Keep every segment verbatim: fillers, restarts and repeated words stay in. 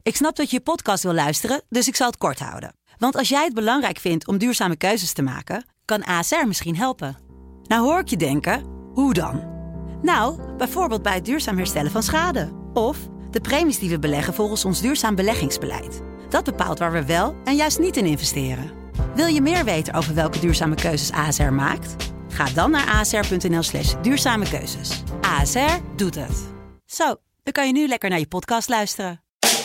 Ik snap dat je je podcast wil luisteren, dus ik zal het kort houden. Want als jij het belangrijk vindt om duurzame keuzes te maken, kan A S R misschien helpen. Nou hoor ik je denken, hoe dan? Nou, bijvoorbeeld bij het duurzaam herstellen van schade. Of de premies die we beleggen volgens ons duurzaam beleggingsbeleid. Dat bepaalt waar we wel en juist niet in investeren. Wil je meer weten over welke duurzame keuzes A S R maakt? Ga dan naar asr.nl slash duurzame keuzes. A S R doet het. Zo, dan kan je nu lekker naar je podcast luisteren.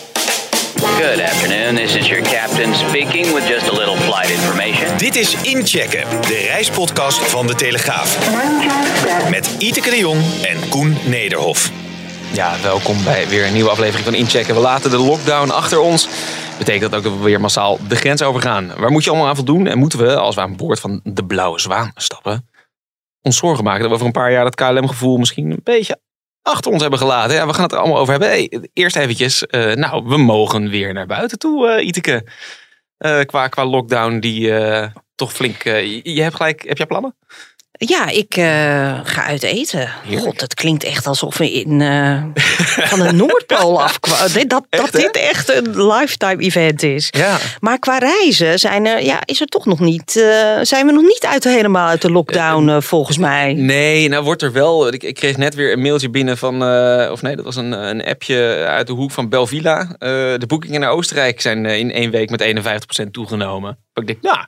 Good afternoon, this is your captain speaking with just a little flight information. Dit is Inchecken, de reispodcast van De Telegraaf. Met Iteke de Jong en Koen Nederhof. Ja, welkom bij weer een nieuwe aflevering van Inchecken. We laten de lockdown achter ons. Betekent dat ook dat we weer massaal de grens overgaan. Waar moet je allemaal aan voldoen? En moeten we, als we aan boord van de Blauwe Zwaan stappen, ons zorgen maken dat we over een paar jaar dat K L M-gevoel misschien een beetje achter ons hebben gelaten. Ja, we gaan het er allemaal over hebben. Hey, eerst eventjes, uh, nou, we mogen weer naar buiten toe, uh, Iteke. Uh, qua, qua lockdown die uh, toch flink... Uh, je hebt gelijk, heb jij plannen? Ja, ik uh, ga uit eten. Heerlijk. God, het klinkt echt alsof we in, uh, van de Noordpool afkwamen. Dat, dat, Echt, dat dit echt een lifetime event is. Ja. Maar qua reizen zijn er, ja, is er toch nog niet, uh, zijn we nog niet uit, helemaal uit de lockdown uh, volgens mij. Nee, nou wordt er wel... Ik, ik kreeg net weer een mailtje binnen van... Uh, of nee, dat was een, een appje uit de hoek van Belvilla. Uh, de boekingen naar Oostenrijk zijn uh, in één week met eenenvijftig procent toegenomen. Ik denk, nou...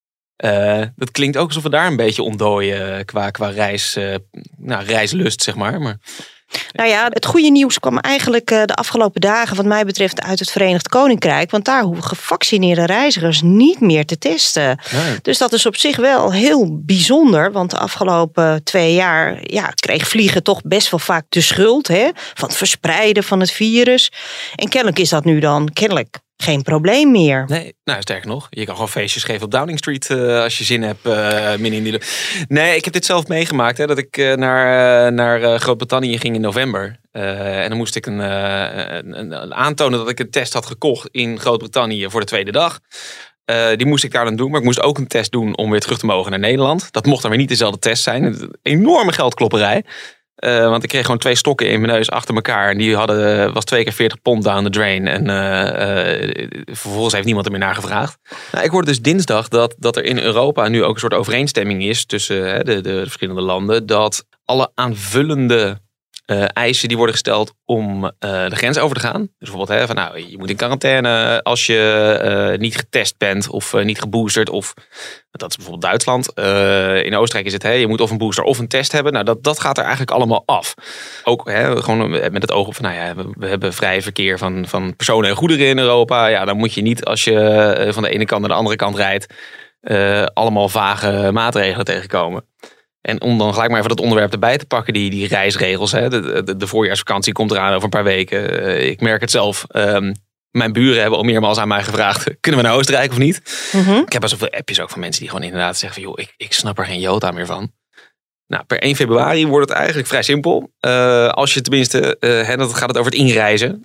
Uh, dat klinkt ook alsof we daar een beetje ontdooien qua, qua reis, uh, nou, reislust, zeg maar. maar. Nou ja, het goede nieuws kwam eigenlijk uh, de afgelopen dagen wat mij betreft uit het Verenigd Koninkrijk. Want daar hoeven gevaccineerde reizigers niet meer te testen. Nee. Dus dat is op zich wel heel bijzonder. Want de afgelopen twee jaar ja, kreeg vliegen toch best wel vaak de schuld, hè, van het verspreiden van het virus. En kennelijk is dat nu dan kennelijk geen probleem meer. Nee, nou sterker nog, je kan gewoon feestjes geven op Downing Street uh, als je zin hebt. Uh, min in die... Nee, ik heb dit zelf meegemaakt. Hè, dat ik uh, naar, uh, naar uh, Groot-Brittannië ging in november. Uh, en dan moest ik een, uh, een, een, aantonen dat ik een test had gekocht in Groot-Brittannië voor de tweede dag. Uh, die moest ik daar dan doen. Maar ik moest ook een test doen om weer terug te mogen naar Nederland. Dat mocht dan weer niet dezelfde test zijn. Een enorme geldklopperij. Uh, want ik kreeg gewoon twee stokken in mijn neus achter elkaar. En die hadden, was twee keer veertig pond down the drain. En uh, uh, vervolgens heeft niemand er meer naar gevraagd. Nou, ik hoorde dus dinsdag dat, dat er in Europa nu ook een soort overeenstemming is tussen uh, de, de, de verschillende landen. Dat alle aanvullende uh, eisen die worden gesteld om uh, de grens over te gaan. Dus bijvoorbeeld, hè, van, nou, je moet in quarantaine als je uh, niet getest bent of uh, niet geboosterd. Of dat is bijvoorbeeld Duitsland. Uh, in Oostenrijk is het, hè, je moet of een booster of een test hebben. Nou, dat, dat gaat er eigenlijk allemaal af. Ook hè, gewoon met het oog op van, nou ja, we, we hebben vrij verkeer van, van personen en goederen in Europa. Ja, dan moet je niet, als je uh, van de ene kant naar de andere kant rijdt, uh, allemaal vage maatregelen tegenkomen. En om dan gelijk maar even dat onderwerp erbij te pakken, die, die reisregels. Hè. De, de, de voorjaarsvakantie komt eraan over een paar weken. Uh, ik merk het zelf. Um, Mijn buren hebben al meermaals aan mij gevraagd, kunnen we naar Oostenrijk of niet? Mm-hmm. Ik heb best wel veel appjes ook van mensen die gewoon inderdaad zeggen van, joh, ik, ik snap er geen jota meer van. Nou, per één februari wordt het eigenlijk vrij simpel. Uh, als je tenminste, uh, hè, dan gaat het over het inreizen.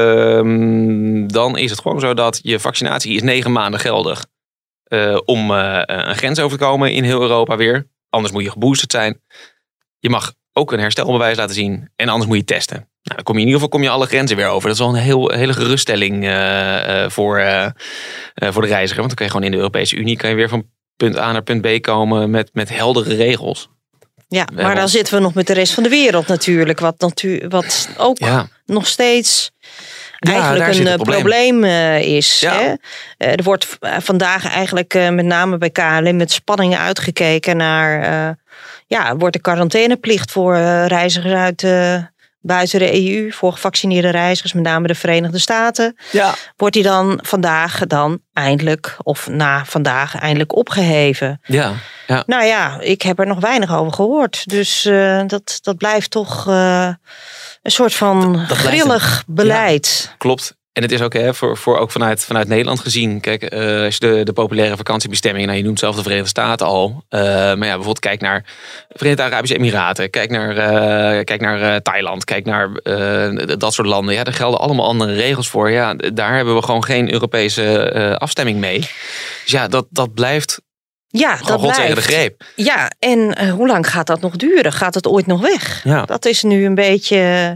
Uh, dan is het gewoon zo dat je vaccinatie is negen maanden geldig. Uh, om uh, een grens over te komen in heel Europa weer. Anders moet je geboosterd zijn. Je mag ook een herstelbewijs laten zien. En anders moet je testen. Nou, dan kom je in ieder geval kom je alle grenzen weer over. Dat is wel een heel, hele geruststelling uh, uh, voor, uh, uh, voor de reiziger. Want dan kan je gewoon in de Europese Unie kan je weer van punt A naar punt B komen met, met heldere regels. Ja, maar dan ons... zitten we nog met de rest van de wereld natuurlijk. Wat, natu- wat ook ja. nog steeds ja, eigenlijk een probleem, probleem uh, is. Ja. Hè? Uh, er wordt uh, vandaag eigenlijk uh, met name bij K L M met spanning uitgekeken naar... Uh, ja, wordt de quarantaineplicht voor uh, reizigers uit... Uh, buiten de E U, voor gevaccineerde reizigers, met name de Verenigde Staten. Ja. Wordt die dan vandaag dan eindelijk, of na vandaag eindelijk opgeheven? Ja. Ja. Nou ja, ik heb er nog weinig over gehoord. Dus uh, dat, dat blijft toch uh, een soort van dat, dat grillig een, beleid. Ja, klopt. En het is ook hè, voor, voor ook vanuit, vanuit Nederland gezien. Kijk, uh, als je de, de populaire vakantiebestemmingen, nou, je noemt zelf de Verenigde Staten al. Uh, maar ja, bijvoorbeeld kijk naar de Verenigde Arabische Emiraten. Kijk naar, uh, kijk naar uh, Thailand. Kijk naar uh, dat soort landen. Ja, daar gelden allemaal andere regels voor. Ja, daar hebben we gewoon geen Europese uh, afstemming mee. Dus ja, dat, dat blijft ja, gewoon God tegen de greep. Ja, en uh, hoe lang gaat dat nog duren? Gaat het ooit nog weg? Ja. Dat is nu een beetje...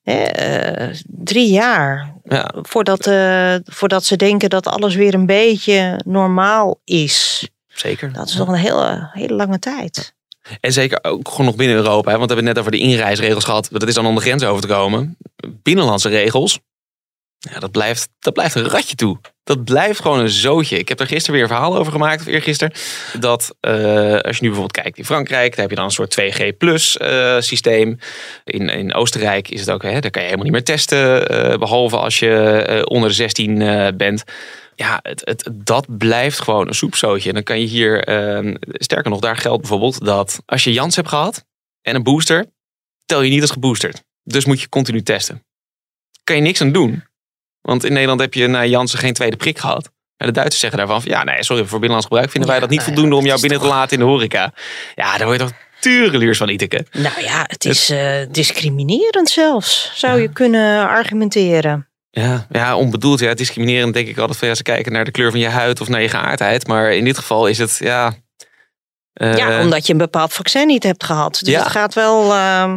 Hè, uh, drie jaar. Ja. Voordat, uh, voordat ze denken dat alles weer een beetje normaal is. Zeker. Dat is nog een hele, hele lange tijd. En zeker ook gewoon nog binnen Europa. Hè? Want we hebben het net over de inreisregels gehad. Dat is dan om de grens over te komen. Binnenlandse regels. Ja, dat blijft, dat blijft een ratje toe. Dat blijft gewoon een zootje. Ik heb er gisteren weer een verhaal over gemaakt, of eergisteren. Dat uh, als je nu bijvoorbeeld kijkt in Frankrijk, daar heb je dan een soort twee G plus uh, systeem. In, in Oostenrijk is het ook, hè, daar kan je helemaal niet meer testen. Uh, behalve als je uh, onder de zestien uh, bent. Ja, het, het, dat blijft gewoon een soepzootje. En dan kan je hier, uh, sterker nog, daar geldt bijvoorbeeld dat als je Janssen hebt gehad en een booster, tel je niet als geboosterd. Dus moet je continu testen. Kan je niks aan doen. Want in Nederland heb je na Janssen geen tweede prik gehad. En de Duitsers zeggen daarvan, van, ja, nee, sorry, voor binnenlands gebruik vinden ja, wij dat niet nou voldoende ja, om jou binnen toch... te laten in de horeca. Ja, daar word je toch tureluurs van, Iteke. Nou ja, het is uh, discriminerend zelfs, zou ja. je kunnen argumenteren. Ja, ja, onbedoeld. Ja, discriminerend denk ik altijd van, ja, ze kijken naar de kleur van je huid of naar je geaardheid. Maar in dit geval is het, ja... Uh... Ja, omdat je een bepaald vaccin niet hebt gehad. Dus ja. het gaat wel... Uh...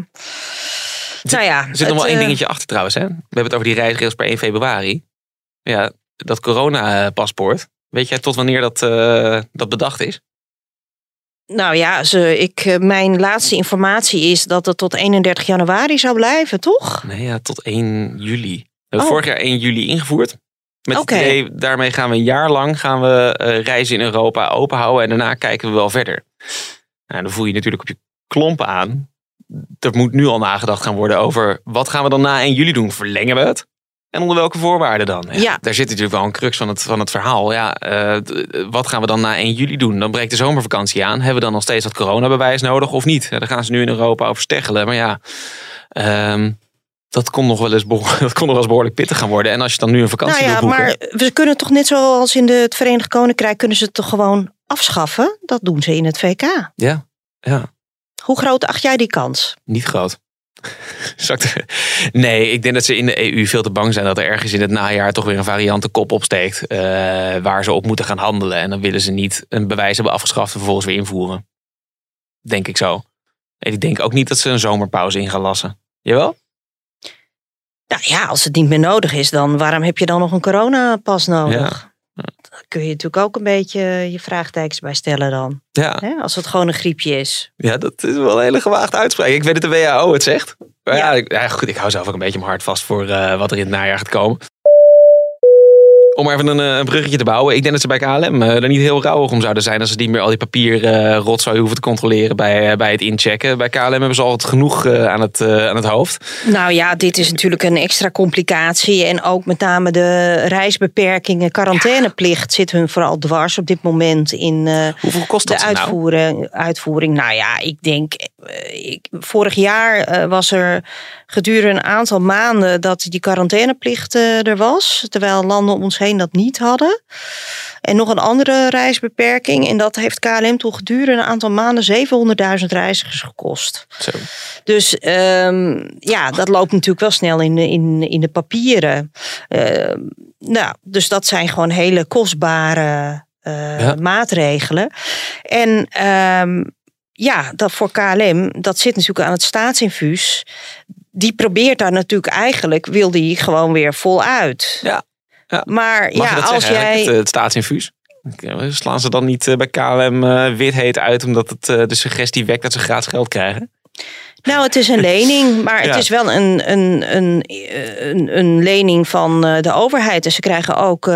Nou ja, er zit nog wel één dingetje achter trouwens. Hè? We hebben het over die reisregels per één februari. Ja, dat corona-paspoort. Weet jij tot wanneer dat, uh, dat bedacht is? Nou ja, ze, ik, mijn laatste informatie is dat het tot eenendertig januari zou blijven, toch? Nee, ja, tot één juli. We hebben oh. vorig jaar één juli ingevoerd. Met okay. het idee, daarmee gaan we een jaar lang gaan we uh, reizen in Europa openhouden. En daarna kijken we wel verder. Nou, dan voel je natuurlijk op je klompen aan. Er moet nu al nagedacht gaan worden over wat gaan we dan na één juli doen? Verlengen we het? En onder welke voorwaarden dan? Ja, ja. Daar zit natuurlijk wel een crux van het, van het verhaal. Ja, uh, wat gaan we dan na één juli doen? Dan breekt de zomervakantie aan. Hebben we dan nog steeds dat coronabewijs nodig of niet? Ja, daar gaan ze nu in Europa over steggelen. Maar ja, um, dat kon nog wel eens behoorlijk, dat kon nog wel eens behoorlijk pittig gaan worden. En als je dan nu een vakantie nou ja, wil boeken... Maar we kunnen toch net zoals in de, het Verenigd Koninkrijk... kunnen ze het toch gewoon afschaffen? Dat doen ze in het V K. Ja, ja. Hoe groot acht jij die kans? Niet groot. Nee, ik denk dat ze in de E U veel te bang zijn dat er ergens in het najaar toch weer een variant de kop opsteekt. Uh, waar ze op moeten gaan handelen. En dan willen ze niet een bewijs hebben afgeschaft en vervolgens weer invoeren. Denk ik zo. En ik denk ook niet dat ze een zomerpauze in gaan lassen. Jawel? Nou ja, als het niet meer nodig is, dan waarom heb je dan nog een coronapas nodig? Ja. Daar kun je natuurlijk ook een beetje je vraagtekens bij stellen dan. Ja. Hè? Als het gewoon een griepje is. Ja, dat is wel een hele gewaagde uitspraak. Ik weet dat de W H O het zegt. Maar ja, ja, ja goed, ik hou zelf ook een beetje mijn hart vast voor uh, wat er in het najaar gaat komen. Om even een, een bruggetje te bouwen. Ik denk dat ze bij K L M uh, er niet heel rauwig om zouden zijn... als ze niet meer al die papier uh, rotzooi hoeven te controleren bij, uh, bij het inchecken. Bij K L M hebben ze altijd genoeg uh, aan, het, uh, aan het hoofd. Nou ja, dit is natuurlijk een extra complicatie. En ook met name de reisbeperkingen, quarantaineplicht... zit hun vooral dwars op dit moment in uh, Hoeveel kost dat de uitvoering, nou? uitvoering. Nou ja, ik denk... Uh, ik, vorig jaar uh, was er gedurende een aantal maanden... dat die quarantaineplicht uh, er was. Terwijl landen om ons heen dat niet hadden. En nog een andere reisbeperking. En dat heeft K L M toen gedurende een aantal maanden zevenhonderdduizend reizigers gekost. Zo. Dus um, ja, dat loopt natuurlijk wel snel in de, in, in de papieren. Uh, nou, dus dat zijn gewoon hele kostbare uh, ja. maatregelen. En um, ja, dat voor K L M, dat zit natuurlijk aan het staatsinfuus. Die probeert daar natuurlijk eigenlijk, wil die gewoon weer voluit. Ja. Ja. Maar Mag ja, je dat als zeggen, jij... Het, het staatsinfuus? Slaan ze dan niet bij K L M uh, wit heet uit... omdat het uh, de suggestie wekt dat ze gratis geld krijgen? Nou, het is een lening, maar het ja. is wel een, een, een, een, een lening van de overheid. Dus ze krijgen ook,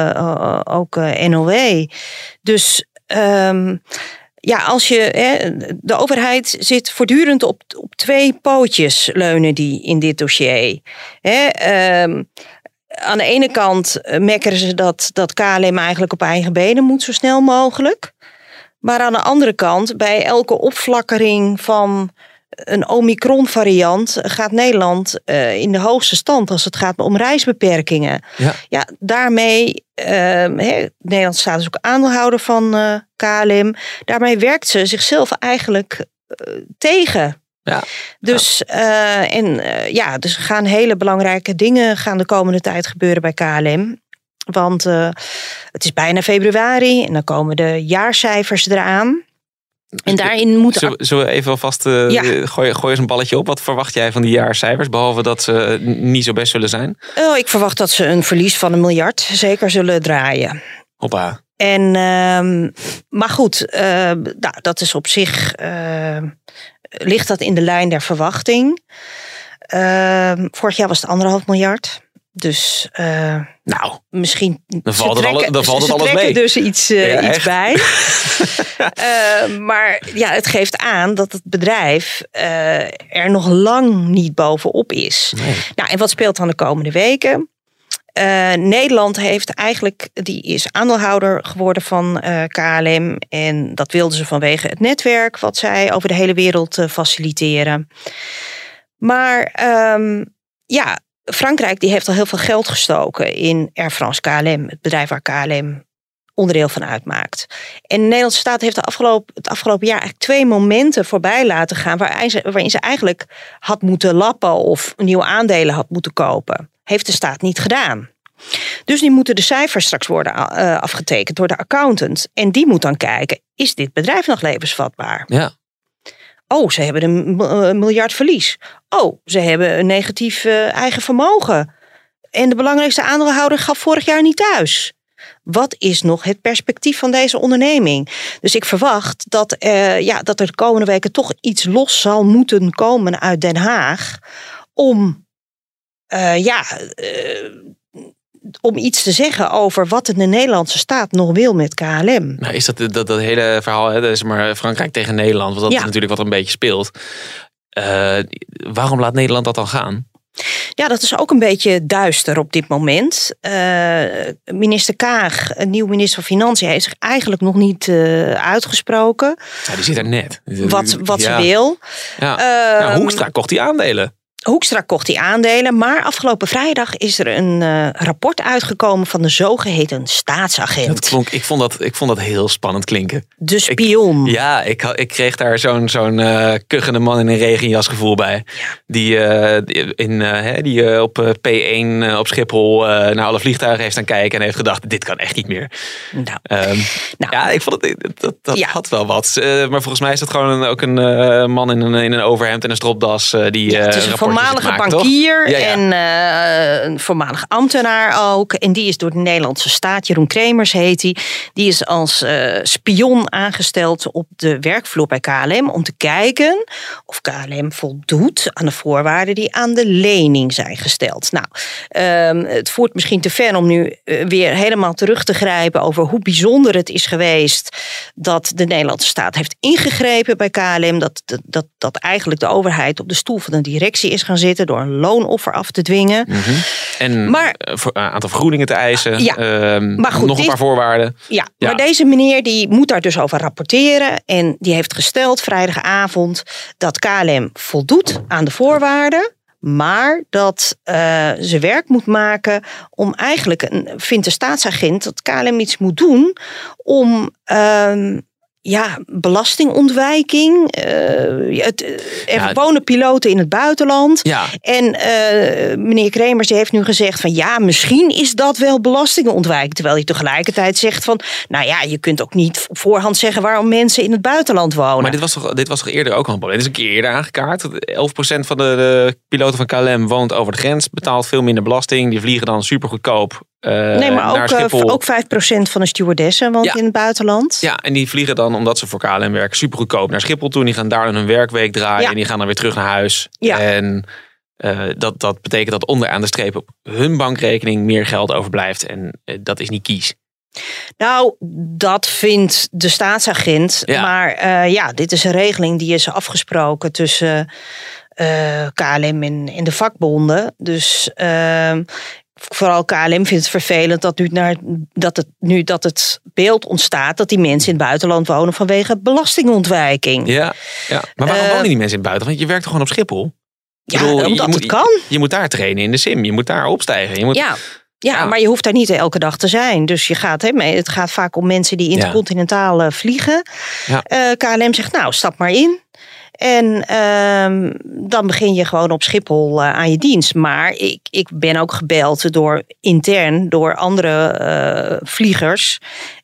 uh, ook uh, N O W. Dus... Um, Ja, als je, hè, de overheid zit voortdurend op, op twee pootjes, leunen die in dit dossier. Hè, um, aan de ene kant mekkeren ze dat, dat K L M eigenlijk op eigen benen moet zo snel mogelijk. Maar aan de andere kant, bij elke opflakkering van een Omicron variant gaat Nederland uh, in de hoogste stand als het gaat om reisbeperkingen. Ja, ja daarmee, uh, he, Nederland staat dus ook aandeelhouder van uh, K L M. Daarmee werkt ze zichzelf eigenlijk uh, tegen. Ja. Dus, uh, en, uh, ja, dus er gaan hele belangrijke dingen gaan de komende tijd gebeuren bij K L M. Want uh, het is bijna februari en dan komen de jaarcijfers eraan. En daarin moet... Zullen, zullen we even alvast uh, ja. gooi, gooi eens een balletje op. Wat verwacht jij van die jaarcijfers? Behalve dat ze niet zo best zullen zijn. Oh, ik verwacht dat ze een verlies van een miljard zeker zullen draaien. Hoppa. En, uh, maar goed, uh, nou, dat is op zich... Uh, ligt dat in de lijn der verwachting. Uh, vorig jaar was het anderhalf miljard. Dus uh, nou, misschien dan valt het, alle, dan valt het alles mee. Dus iets, uh, ja, iets bij. uh, maar ja, het geeft aan dat het bedrijf uh, er nog lang niet bovenop is. Nee. Nou, en wat speelt dan de komende weken? Uh, Nederland heeft eigenlijk, die is aandeelhouder geworden van uh, K L M. En dat wilden ze vanwege het netwerk wat zij over de hele wereld uh, faciliteren. Maar um, ja, Frankrijk die heeft al heel veel geld gestoken in Air France K L M. Het bedrijf waar K L M onderdeel van uitmaakt. En de Nederlandse staat heeft de afgelopen, het afgelopen jaar eigenlijk twee momenten voorbij laten gaan waarin ze, waarin ze eigenlijk had moeten lappen of nieuwe aandelen had moeten kopen. Heeft de staat niet gedaan. Dus nu moeten de cijfers straks worden uh, afgetekend door de accountant. En die moet dan kijken, is dit bedrijf nog levensvatbaar? Ja. Oh, ze hebben een miljard verlies. Oh, ze hebben een negatief uh, eigen vermogen. En de belangrijkste aandeelhouder gaf vorig jaar niet thuis. Wat is nog het perspectief van deze onderneming? Dus ik verwacht dat, uh, ja, dat er de komende weken toch iets los zal moeten komen uit Den Haag. Om, uh, ja, uh, om iets te zeggen over wat de Nederlandse staat nog wil met K L M. Nou, is dat, dat dat hele verhaal, hè, dat is maar Frankrijk tegen Nederland, want dat ja. is natuurlijk wat er een beetje speelt. Uh, waarom laat Nederland dat dan gaan? Ja, dat is ook een beetje duister op dit moment. Uh, minister Kaag, een nieuw minister van Financiën, heeft zich eigenlijk nog niet uh, uitgesproken. Ja, die zit er net. Wat, wat ja. ze wil. Ja. Uh, nou, Hoekstra kocht die aandelen. Hoekstra kocht die aandelen, maar afgelopen vrijdag is er een uh, rapport uitgekomen van de zogeheten staatsagent. Dat klonk, ik, vond dat, ik vond dat heel spannend klinken. De spion. Ik, ja, ik, ik kreeg daar zo'n, zo'n uh, kuchende man in een regenjas gevoel bij. Ja. Die, uh, die, in, uh, die uh, op P één uh, op Schiphol uh, naar alle vliegtuigen heeft staan kijken en heeft gedacht, dit kan echt niet meer. Nou. Um, nou. Ja, ik vond het, dat, dat ja. had wel wat. Uh, maar volgens mij is dat gewoon een, ook een uh, man in een, in een overhemd en een stropdas uh, die ja, uh, voormalige maken, bankier ja, ja. en uh, een voormalig ambtenaar ook. En die is door de Nederlandse staat, Jeroen Kremers heet hij, die. Die is als uh, spion aangesteld op de werkvloer bij K L M om te kijken of K L M voldoet aan de voorwaarden die aan de lening zijn gesteld. Nou, uh, het voert misschien te ver om nu uh, weer helemaal terug te grijpen over hoe bijzonder het is geweest dat de Nederlandse staat heeft ingegrepen bij K L M. Dat, dat, dat, dat eigenlijk de overheid op de stoel van de directie is gaan zitten door een loonoffer af te dwingen. Mm-hmm. En maar, een aantal vergoedingen te eisen. Ja, uh, maar goed, nog een dit, paar voorwaarden. Ja, ja, maar deze meneer die moet daar dus over rapporteren. En die heeft gesteld vrijdagavond dat K L M voldoet aan de voorwaarden. Maar dat uh, ze werk moet maken om eigenlijk, een, vindt de staatsagent, dat K L M iets moet doen om Uh, Ja, belastingontwijking. Uh, het, er ja, wonen piloten in het buitenland. Ja. En uh, meneer Kremers die heeft nu gezegd van ja, misschien is dat wel belastingontwijking. Terwijl hij tegelijkertijd zegt van nou ja, je kunt ook niet op voorhand zeggen waarom mensen in het buitenland wonen. Maar dit was toch, dit was toch eerder ook al een probleem? Dit is een keer eerder aangekaart. elf procent van de, de piloten van K L M woont over de grens, betaalt veel minder belasting. Die vliegen dan supergoedkoop. Uh, nee, maar ook, uh, ook vijf procent van de stewardessen woont ja. in het buitenland. Ja, en die vliegen dan, omdat ze voor K L M werken, supergoedkoop naar Schiphol toe. Die gaan daar hun werkweek draaien ja. en die gaan dan weer terug naar huis. Ja. En uh, dat, dat betekent dat onderaan de streep op hun bankrekening meer geld overblijft. En uh, dat is niet kies. Nou, dat vindt de staatsagent. Ja. Maar uh, ja, dit is een regeling die is afgesproken tussen uh, K L M en, en de vakbonden. Dus Uh, Vooral K L M vindt het vervelend dat nu, naar, dat, het, nu dat het beeld ontstaat dat die mensen in het buitenland wonen vanwege belastingontwijking. Ja, ja. Maar waarom uh, wonen die mensen in het buitenland? Want je werkt toch gewoon op Schiphol? Ja, bedoel, omdat je het moet, kan. Je, je moet daar trainen in de sim, je moet daar opstijgen. Je moet, ja. Ja, ja, maar je hoeft daar niet elke dag te zijn. Dus je gaat, hè, het gaat vaak om mensen die intercontinentaal ja. vliegen. Ja. Uh, K L M zegt nou, stap maar in. En uh, dan begin je gewoon op Schiphol uh, aan je dienst. Maar ik, ik ben ook gebeld door intern door andere uh, vliegers.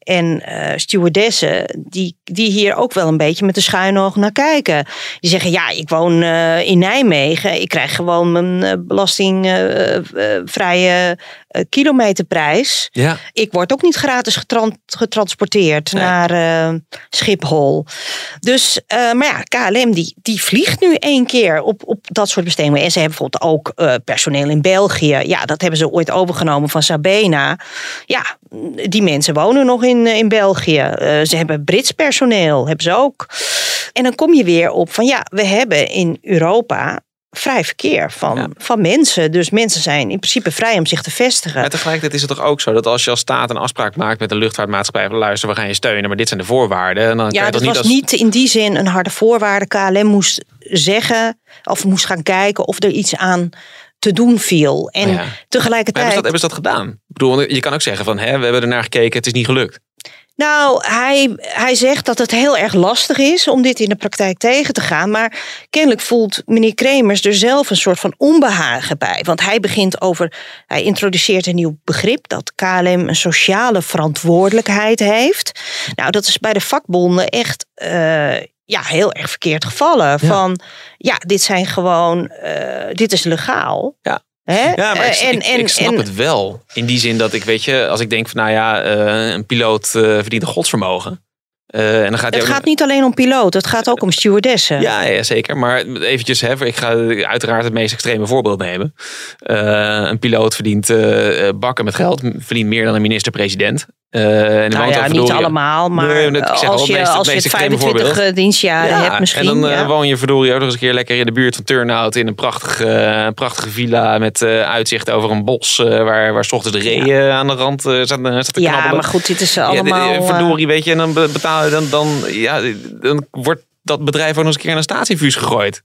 en uh, stewardessen die, die hier ook wel een beetje met de schuine oog naar kijken. Die zeggen, ja, ik woon uh, in Nijmegen. Ik krijg gewoon mijn uh, belastingvrije uh, uh, kilometerprijs. Ja. Ik word ook niet gratis getran- getransporteerd nee. naar uh, Schiphol. Dus, uh, maar ja, K L M die, die vliegt nu één keer op, op dat soort bestemmingen. En ze hebben bijvoorbeeld ook uh, personeel in België. Ja, dat hebben ze ooit overgenomen van Sabena. Ja, die mensen wonen nog in, in België. Uh, ze hebben Brits personeel, hebben ze ook. En dan kom je weer op van ja, we hebben in Europa vrij verkeer van, ja. van mensen. Dus mensen zijn in principe vrij om zich te vestigen. Maar tegelijkertijd is het toch ook zo dat als je als staat een afspraak maakt met een luchtvaartmaatschappij van luister, we gaan je steunen, maar dit zijn de voorwaarden. En dan ja, kan je dat toch was niet, als... niet in die zin een harde voorwaarde. K L M moest zeggen of moest gaan kijken of er iets aan te doen viel. En ja. tegelijkertijd... Hebben ze, dat, hebben ze dat gedaan? Ik bedoel, je kan ook zeggen van, hè, we hebben ernaar gekeken, het is niet gelukt. Nou, hij, hij zegt dat het heel erg lastig is om dit in de praktijk tegen te gaan. Maar kennelijk voelt meneer Kremers er zelf een soort van onbehagen bij. Want hij begint over, hij introduceert een nieuw begrip, dat K L M een sociale verantwoordelijkheid heeft. Nou, dat is bij de vakbonden echt uh, ja, heel erg verkeerd gevallen. Ja. Van, ja, dit zijn gewoon, uh, dit is legaal. Ja. He? Ja, maar ik, en, ik, en, ik snap en, het wel. In die zin dat ik, weet je, als ik denk van, nou ja, uh, een piloot uh, verdient een godsvermogen. Uh, en dan gaat het ook... gaat niet alleen om piloot, het gaat ook om stewardessen. Ja, ja, zeker. Maar eventjes, hè, ik ga uiteraard het meest extreme voorbeeld nemen. Uh, een piloot verdient uh, bakken met geld, verdient meer dan een minister-president. Uh, en nou ja, niet allemaal, maar nee, ik zeg als, al, je, meest, als je het vijfentwintig dienstjaren ja, hebt misschien. En dan ja. uh, woon je verdorie ook nog eens een keer lekker in de buurt van Turnhout in een prachtige, uh, prachtige villa met uh, uitzicht over een bos uh, waar, waar 's ochtends de ree ja. aan de rand uh, staat, staat te ja, knabbelen. Ja, maar goed, dit is allemaal... Ja, de, verdorie, weet je, en dan betaal je dan, dan, ja, dan wordt dat bedrijf ook nog eens een keer in een staatsinfuus gegooid.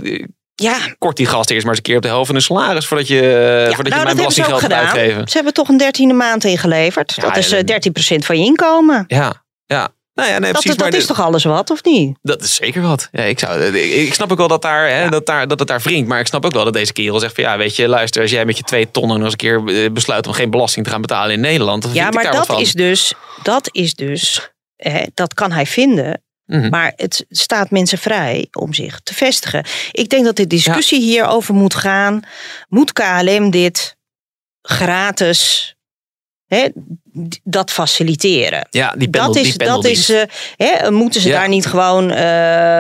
Ja. Kort die gasten eerst maar eens een keer op de helft van hun salaris voordat je, ja, voordat nou, je mijn belastinggeld gaat uitgeven. Ze hebben toch een dertiende maand ingeleverd. Ja, dat is uh, dertien procent van je inkomen. Ja, ja. Nou ja, nee, dat precies, dat maar is de, toch alles wat, of niet? Dat is zeker wat. Ja, ik, zou, ik, ik snap ook wel dat, daar, hè, ja. dat, daar, dat het daar wringt. Maar ik snap ook wel dat deze kerel zegt van ja, weet je, luister, als jij met je twee tonnen nog eens een keer besluit om geen belasting te gaan betalen in Nederland. Dan ja, maar ik daar dat wat van. is dus, dat is dus, hè, dat kan hij vinden. Mm-hmm. Maar het staat mensen vrij om zich te vestigen. Ik denk dat de discussie ja. hierover moet gaan. Moet K L M dit gratis, hè, dat faciliteren? Ja, die pendel, dat is, die dat is, uh, hè, moeten ze ja. daar niet gewoon uh,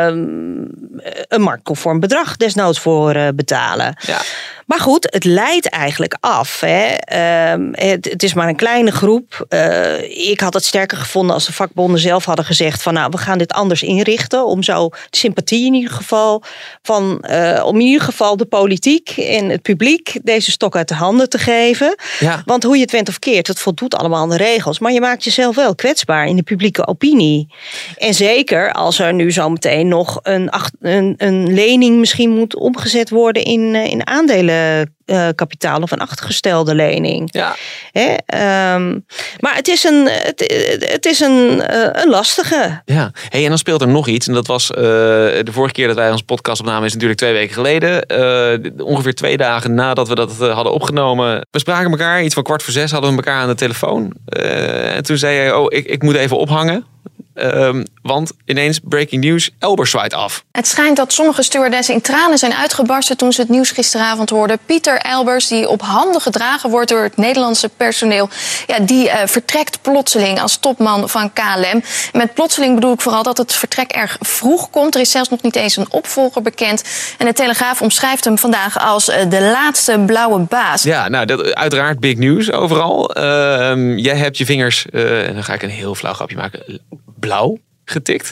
een marktconform bedrag desnoods voor uh, betalen? Ja. Maar goed, het leidt eigenlijk af. Hè. Uh, het, het is maar een kleine groep. Uh, ik had het sterker gevonden als de vakbonden zelf hadden gezegd van nou, we gaan dit anders inrichten. Om zo de sympathie in ieder geval van, uh, om in ieder geval de politiek en het publiek deze stok uit de handen te geven. Ja. Want hoe je het went of keert, het voldoet allemaal aan de regels. Maar je maakt jezelf wel kwetsbaar in de publieke opinie. En zeker als er nu zo meteen nog een, een, een lening misschien moet omgezet worden in, in aandelen. Uh, kapitaal of een achtergestelde lening. Ja. Hè? Um, maar het is een, het, het is een, uh, een lastige. Ja. Hey, en dan speelt er nog iets. En dat was uh, de vorige keer dat wij onze podcast opnamen is natuurlijk twee weken geleden. Uh, ongeveer twee dagen nadat we dat uh, hadden opgenomen. We spraken elkaar. Iets van kwart voor zes hadden we elkaar aan de telefoon. Uh, en toen zei jij, oh, ik, ik moet even ophangen. Um, want ineens breaking news, Elbers zwaait af. Het schijnt dat sommige stewardessen in tranen zijn uitgebarsten toen ze het nieuws gisteravond hoorden. Pieter Elbers, die op handen gedragen wordt door het Nederlandse personeel, ja, die uh, vertrekt plotseling als topman van K L M. Met plotseling bedoel ik vooral dat het vertrek erg vroeg komt. Er is zelfs nog niet eens een opvolger bekend. En de Telegraaf omschrijft hem vandaag als uh, de laatste blauwe baas. Ja, nou, dat, uiteraard big news overal. Uh, jij hebt je vingers, uh, en dan ga ik een heel flauw grapje maken, blauw getikt.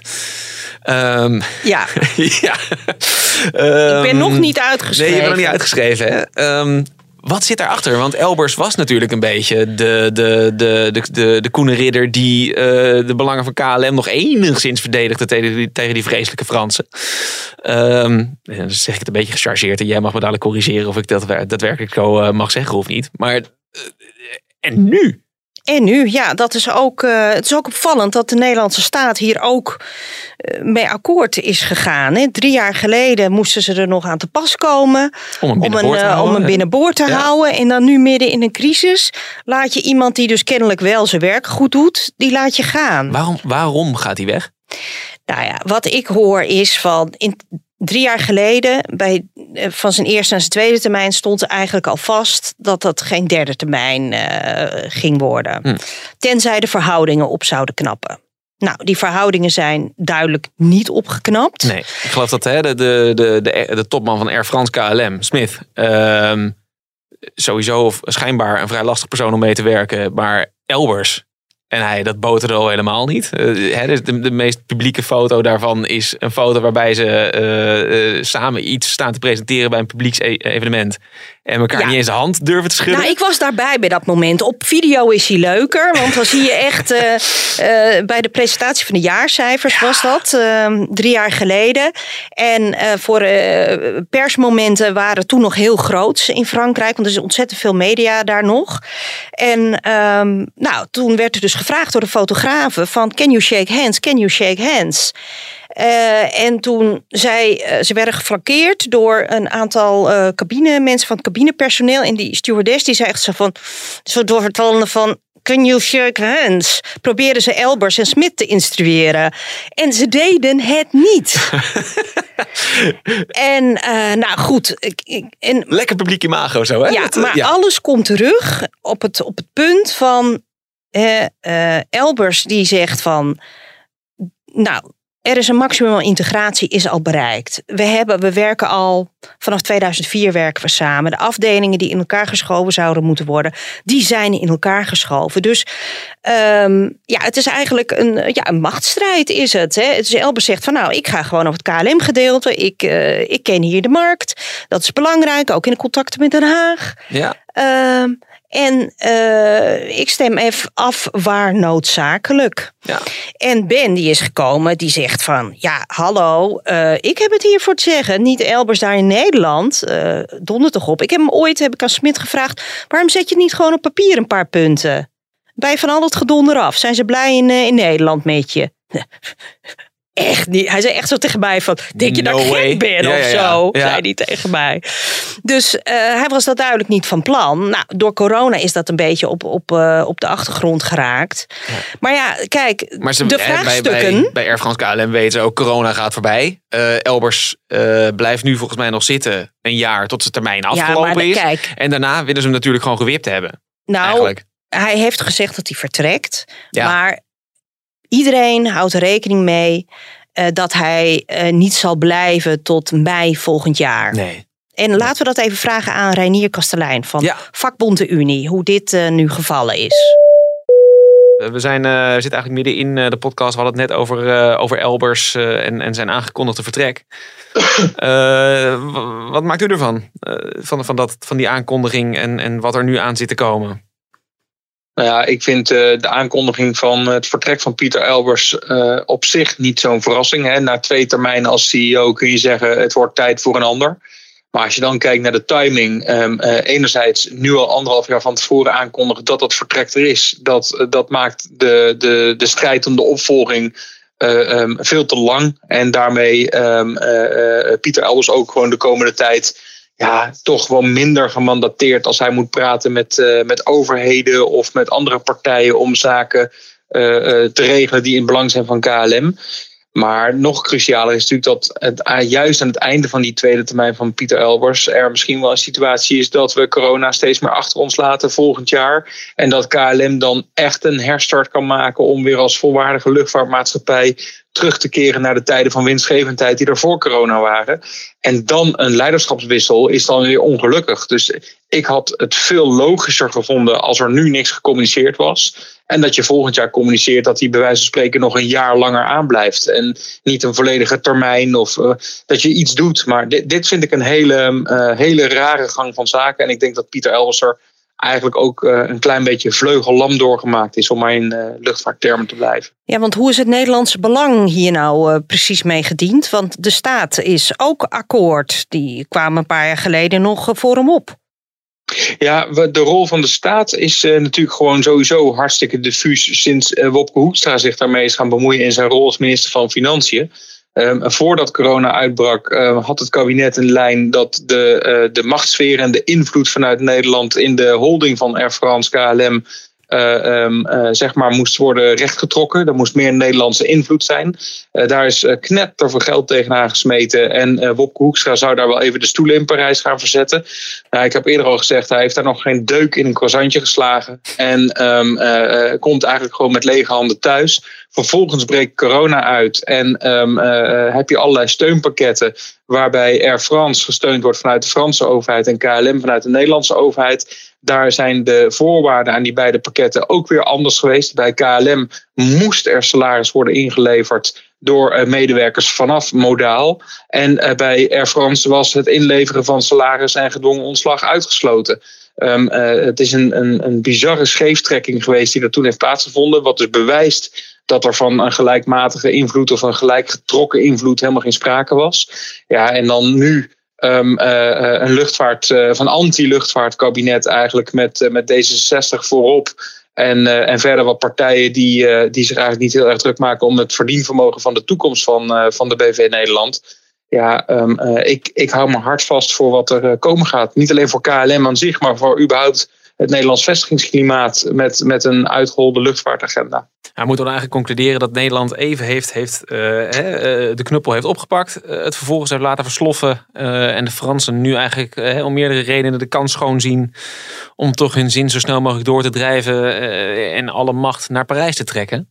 Um, ja. ja. Um, ik ben nog niet uitgeschreven. Nee, je bent nog niet uitgeschreven. Hè? Um, wat zit daarachter? Want Elbers was natuurlijk een beetje de, de, de, de, de, de koene ridder die uh, de belangen van K L M nog enigszins verdedigde tegen die, tegen die vreselijke Fransen. Um, dan zeg ik het een beetje gechargeerd en jij mag me dadelijk corrigeren of ik dat daadwerkelijk zo uh, mag zeggen of niet. Maar uh, en nu? En nu, ja, dat is ook, uh, het is ook opvallend dat de Nederlandse staat hier ook uh, mee akkoord is gegaan. Hè. Drie jaar geleden moesten ze er nog aan te pas komen om een binnenboord om een, te, uh, houden, om een binnenboord te ja. houden. En dan nu midden in een crisis laat je iemand die dus kennelijk wel zijn werk goed doet, die laat je gaan. Waarom, waarom gaat hij weg? Nou ja, wat ik hoor is van in, drie jaar geleden, bij, van zijn eerste en zijn tweede termijn, stond er eigenlijk al vast dat dat geen derde termijn uh, ging worden. Hm. Tenzij de verhoudingen op zouden knappen. Nou, die verhoudingen zijn duidelijk niet opgeknapt. Nee, ik geloof dat hè, de, de, de, de, de topman van Air France K L M, Smith, uh, sowieso of schijnbaar een vrij lastig persoon om mee te werken, maar Elbers. En hij, dat boterde al helemaal niet. Uh, hè, de, de meest publieke foto daarvan is een foto waarbij ze uh, uh, samen iets staan te presenteren bij een publieksevenement. En elkaar ja. niet eens de hand durven te schudden. Nou, ik was daarbij bij dat moment. Op video is hij leuker. Want dan zie je echt uh, uh, bij de presentatie van de jaarcijfers ja. was dat. Uh, drie jaar geleden. En uh, voor uh, persmomenten waren toen nog heel groot in Frankrijk. Want er is ontzettend veel media daar nog. En um, nou, toen werd er dus gevraagd door de fotografen van can you shake hands, can you shake hands? Uh, en toen zij, uh, ze werden geflankeerd door een aantal uh, cabine, mensen van het cabinepersoneel. En die stewardess die zei echt zo van, zo doorvertellende van, can you shake hands? Probeerden ze Elbers en Smith te instrueren. En ze deden het niet. En uh, nou goed. Ik, ik, en, Lekker publiek imago zo, hè? Ja, dat, maar ja. alles komt terug op het, op het punt van uh, uh, Elbers die zegt van, nou, er is een maximum integratie is al bereikt. We, hebben, we werken al, vanaf tweeduizend vier werken we samen. De afdelingen die in elkaar geschoven zouden moeten worden, die zijn in elkaar geschoven. Dus um, ja, het is eigenlijk een, ja, een machtsstrijd is het. Hè? Dus Elbers zegt van nou, ik ga gewoon over het K L M-gedeelte. Ik, uh, ik ken hier de markt. Dat is belangrijk, ook in de contacten met Den Haag. Ja. Um, En uh, ik stem even af waar noodzakelijk. Ja. En Ben die is gekomen, die zegt van, ja, hallo, uh, ik heb het hier voor te zeggen. Niet Elbers daar in Nederland, uh, donder toch op. Ik heb hem ooit, heb ik aan Smit gevraagd, waarom zet je niet gewoon op papier een paar punten? Bij van al het gedonder af. Zijn ze blij in, uh, in Nederland met je? Echt niet. Hij zei echt zo tegen mij van, denk je no dat ik gek ben ja, of ja, zo? Ja. Zei hij tegen mij. Dus uh, hij was dat duidelijk niet van plan. Nou, door corona is dat een beetje op, op, uh, op de achtergrond geraakt. Ja. Maar ja, kijk, maar ze, de vraagstukken... Bij, bij, bij Air France K L M weten ze ook, corona gaat voorbij. Uh, Elbers uh, blijft nu volgens mij nog zitten een jaar tot zijn termijn afgelopen ja, maar, is. Kijk, en daarna willen ze hem natuurlijk gewoon gewipt hebben. Nou, eigenlijk. Hij heeft gezegd dat hij vertrekt. Ja. Maar iedereen houdt er rekening mee uh, dat hij uh, niet zal blijven tot mei volgend jaar. Nee. En laten we dat even vragen aan Reinier Kastelein van ja. Vakbond de Unie, hoe dit uh, nu gevallen is. We zijn, uh, zitten eigenlijk midden in uh, de podcast. We hadden het net over, uh, over Elbers uh, en, en zijn aangekondigde vertrek. uh, w- wat maakt u ervan? Uh, van, van, dat, van die aankondiging en, en wat er nu aan zit te komen? Nou ja, ik vind uh, de aankondiging van het vertrek van Pieter Elbers uh, op zich niet zo'n verrassing. Hè. Na twee termijnen als C E O kun je zeggen het wordt tijd voor een ander. Maar als je dan kijkt naar de timing, um, uh, enerzijds nu al anderhalf jaar van tevoren aankondigen dat dat vertrek er is. Dat, uh, dat maakt de, de, de strijd om de opvolging uh, um, veel te lang. En daarmee um, uh, uh, Pieter Elbers ook gewoon de komende tijd ja, toch wel minder gemandateerd als hij moet praten met, uh, met overheden of met andere partijen om zaken uh, uh, te regelen die in het belang zijn van K L M. Maar nog crucialer is natuurlijk dat het, juist aan het einde van die tweede termijn van Pieter Elbers er misschien wel een situatie is dat we corona steeds meer achter ons laten volgend jaar. En dat K L M dan echt een herstart kan maken om weer als volwaardige luchtvaartmaatschappij terug te keren naar de tijden van winstgevendheid die er voor corona waren. En dan een leiderschapswissel is dan weer ongelukkig. Dus ik had het veel logischer gevonden als er nu niks gecommuniceerd was. En dat je volgend jaar communiceert dat hij bij wijze van spreken nog een jaar langer aanblijft. En niet een volledige termijn of uh, dat je iets doet. Maar dit, dit vind ik een hele, uh, hele rare gang van zaken. En ik denk dat Pieter Elbers er eigenlijk ook uh, een klein beetje vleugellam doorgemaakt is om maar in uh, luchtvaarttermen te blijven. Ja, want hoe is het Nederlandse belang hier nou uh, precies mee gediend? Want de staat is ook akkoord. Die kwamen een paar jaar geleden nog uh, voor hem op. Ja, de rol van de staat is uh, natuurlijk gewoon sowieso hartstikke diffuus sinds uh, Wopke Hoekstra zich daarmee is gaan bemoeien in zijn rol als minister van Financiën. Um, voordat corona uitbrak uh, had het kabinet een lijn dat de, uh, de machtssfeer en de invloed vanuit Nederland in de holding van Air France K L M Uh, um, uh, zeg maar moest worden rechtgetrokken. Er moest meer Nederlandse invloed zijn. Uh, daar is uh, knetter voor geld tegenaan gesmeten. En uh, Wopke Hoekstra zou daar wel even de stoelen in Parijs gaan verzetten. Uh, ik heb eerder al gezegd, hij heeft daar nog geen deuk in een croissantje geslagen. En um, uh, uh, komt eigenlijk gewoon met lege handen thuis. Vervolgens breekt corona uit. En um, uh, heb je allerlei steunpakketten waarbij Air France gesteund wordt vanuit de Franse overheid en K L M vanuit de Nederlandse overheid. Daar zijn de voorwaarden aan die beide pakketten ook weer anders geweest. Bij K L M moest er salaris worden ingeleverd door uh, medewerkers vanaf modaal. En uh, bij Air France was het inleveren van salaris en gedwongen ontslag uitgesloten. Um, uh, het is een, een, een bizarre scheeftrekking geweest die er toen heeft plaatsgevonden. Wat dus bewijst dat er van een gelijkmatige invloed of een gelijk getrokken invloed helemaal geen sprake was. Ja, en dan nu um, uh, een luchtvaart, uh, van anti-luchtvaartkabinet eigenlijk met, uh, met D zesenzestig voorop. En, uh, en verder wat partijen die, uh, die zich eigenlijk niet heel erg druk maken om het verdienvermogen van de toekomst van, uh, van de B V Nederland. Ja, um, uh, ik, ik hou me hard vast voor wat er uh, komen gaat. Niet alleen voor K L M aan zich, maar voor überhaupt het Nederlands vestigingsklimaat met, met een uitgeholde luchtvaartagenda. Nou, moeten we dan eigenlijk concluderen dat Nederland even heeft, heeft uh, uh, de knuppel heeft opgepakt. Uh, het vervolgens heeft laten versloffen. Uh, en de Fransen nu eigenlijk uh, om meerdere redenen de kans schoon zien om toch hun zin zo snel mogelijk door te drijven uh, en alle macht naar Parijs te trekken?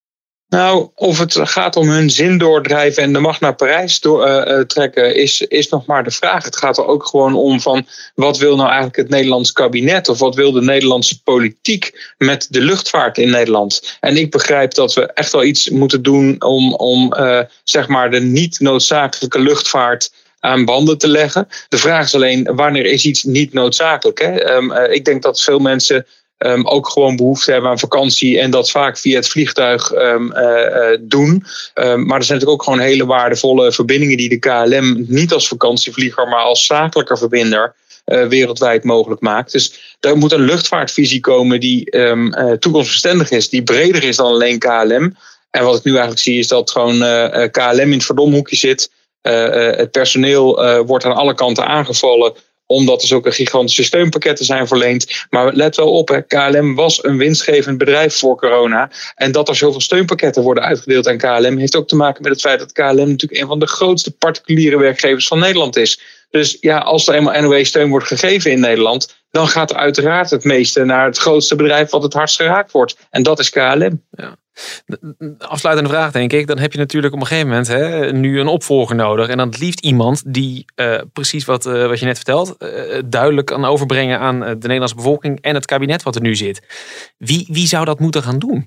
Nou, of het gaat om hun zin doordrijven en de macht naar Parijs door, uh, trekken, is, is nog maar de vraag. Het gaat er ook gewoon om van wat wil nou eigenlijk het Nederlands kabinet of wat wil de Nederlandse politiek met de luchtvaart in Nederland? En ik begrijp dat we echt wel iets moeten doen om, om uh, zeg maar de niet noodzakelijke luchtvaart aan banden te leggen. De vraag is alleen, wanneer is iets niet noodzakelijk? Hè? Um, uh, ik denk dat veel mensen Um, ook gewoon behoefte hebben aan vakantie en dat vaak via het vliegtuig um, uh, uh, doen. Um, maar er zijn natuurlijk ook gewoon hele waardevolle verbindingen die de K L M niet als vakantievlieger, maar als zakelijke verbinder uh, wereldwijd mogelijk maakt. Dus er moet een luchtvaartvisie komen die um, uh, toekomstbestendig is, die breder is dan alleen K L M. En wat ik nu eigenlijk zie is dat gewoon uh, K L M in het verdomhoekje zit. Uh, uh, het personeel uh, wordt aan alle kanten aangevallen, omdat er zulke gigantische steunpakketten zijn verleend. Maar let wel op, hè, K L M was een winstgevend bedrijf voor corona. En dat er zoveel steunpakketten worden uitgedeeld aan K L M heeft ook te maken met het feit dat K L M natuurlijk een van de grootste particuliere werkgevers van Nederland is. Dus ja, als er eenmaal N O E-steun wordt gegeven in Nederland, dan gaat er uiteraard het meeste naar het grootste bedrijf wat het hardst geraakt wordt. En dat is K L M. Ja. Afsluitende vraag, denk ik. Dan heb je natuurlijk op een gegeven moment hè, nu een opvolger nodig. En dan het liefst iemand die uh, precies wat, uh, wat je net vertelt, uh, duidelijk kan overbrengen aan de Nederlandse bevolking en het kabinet wat er nu zit. Wie, wie zou dat moeten gaan doen?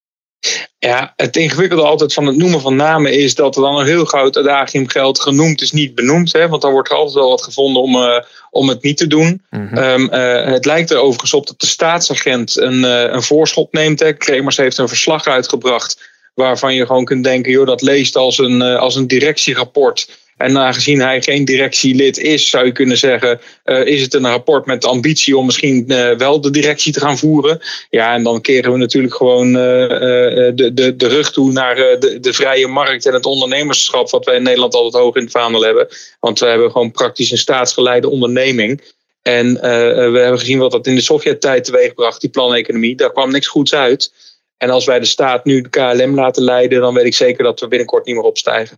Ja, het ingewikkelde altijd van het noemen van namen is dat er dan een heel groot adagium geldt. Genoemd is niet benoemd. Hè, want dan wordt er altijd wel wat gevonden om, uh, om het niet te doen. Mm-hmm. Um, uh, het lijkt er overigens op dat de staatsagent een, uh, een voorschot neemt. Hè. Kremers heeft een verslag uitgebracht waarvan je gewoon kunt denken, joh, dat leest als een, uh, als een directierapport. En aangezien hij geen directielid is, zou je kunnen zeggen, uh, is het een rapport met de ambitie om misschien uh, wel de directie te gaan voeren. Ja, en dan keren we natuurlijk gewoon uh, uh, de, de, de rug toe naar uh, de, de vrije markt en het ondernemerschap, wat wij in Nederland altijd hoog in het vaandel hebben. Want we hebben gewoon praktisch een staatsgeleide onderneming. En uh, we hebben gezien wat dat in de Sovjet-tijd teweegbracht, die planeconomie. Daar kwam niks goeds uit. En als wij de staat nu de K L M laten leiden, dan weet ik zeker dat we binnenkort niet meer opstijgen.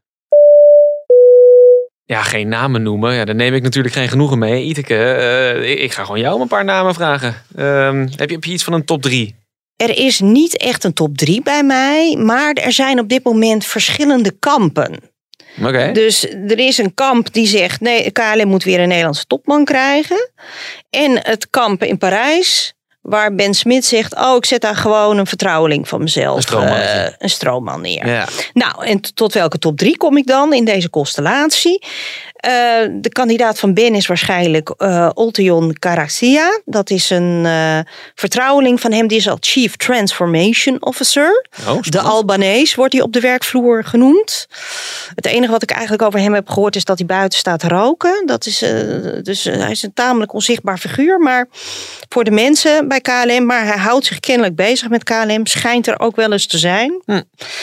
Ja, geen namen noemen. Ja, daar neem ik natuurlijk geen genoegen mee. Iteke, uh, ik, ik ga gewoon jou een paar namen vragen. Uh, heb, je, heb je iets van een top drie? Er is niet echt een top drie bij mij, maar er zijn op dit moment verschillende kampen. Okay. Dus er is een kamp die zegt, nee, K L M moet weer een Nederlandse topman krijgen. En het kamp in Parijs, waar Ben Smit zegt, oh, ik zet daar gewoon een vertrouweling van mezelf. Een stroomman, uh, een stroomman neer. Ja. Nou, en t- tot welke top drie kom ik dan in deze constellatie? de kandidaat van Ben is waarschijnlijk uh, Olteon Karasia. Dat is een uh, vertrouweling van hem. Die is al Chief Transformation Officer. Oh, de Albanees wordt hij op de werkvloer genoemd. Het enige wat ik eigenlijk over hem heb gehoord is dat hij buiten staat te roken. Dat is, uh, dus uh, hij is een tamelijk onzichtbaar figuur. Maar voor de mensen bij K L M. Maar hij houdt zich kennelijk bezig met K L M. Schijnt er ook wel eens te zijn. Hm.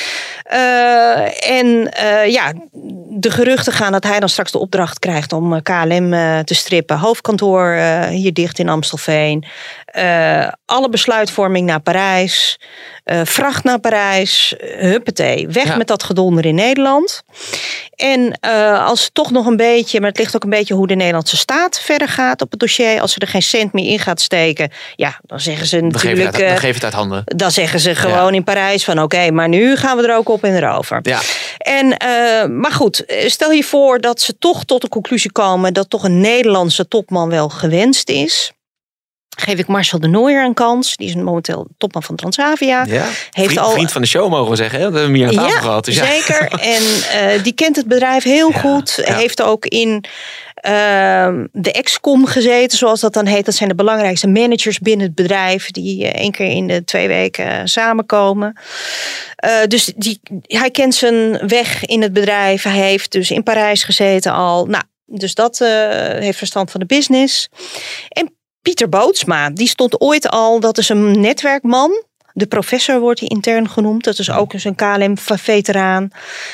Uh, en uh, ja, de geruchten gaan dat hij dan straks de opdracht krijgt om K L M uh, te strippen. Hoofdkantoor uh, hier dicht in Amstelveen. Uh, alle besluitvorming naar Parijs. Uh, vracht naar Parijs. Huppatee. Weg ja. met dat gedonder in Nederland. En uh, als het toch nog een beetje, maar het ligt ook een beetje hoe de Nederlandse staat verder gaat op het dossier. Als ze er geen cent meer in gaat steken. Ja, dan zeggen ze natuurlijk. Dan geef je het, dan geef je het uit handen. Dan zeggen ze gewoon ja. in Parijs van oké, okay, maar nu gaan we er ook op en erover. Ja. En, uh, maar goed, stel je voor dat ze toch tot de conclusie komen dat toch een Nederlandse topman wel gewenst is. Geef ik Marcel de Nooijer een kans. Die is momenteel topman van Transavia. Ja. Heeft vriend, al... vriend van de show mogen we zeggen. Hè? Dat hebben we hier aan tafel ja, gehad. Dus ja. Zeker. En uh, die kent het bedrijf heel ja. goed. Ja. Heeft ook in uh, de Excom gezeten, zoals dat dan heet. Dat zijn de belangrijkste managers binnen het bedrijf. Die uh, één keer in de twee weken uh, samenkomen. Uh, dus die, hij kent zijn weg in het bedrijf. Hij heeft dus in Parijs gezeten al. Nou, dus dat uh, heeft verstand van de business. En Pieter Bootsma, die stond ooit al, dat is een netwerkman. De professor wordt hij intern genoemd. Dat is ook eens een K L M-veteraan.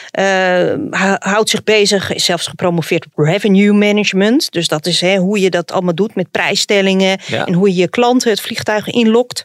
Uh, houdt zich bezig, is zelfs gepromoveerd op revenue management. Dus dat is hè, hoe je dat allemaal doet met prijsstellingen. Ja. En hoe je je klanten het vliegtuig inlokt.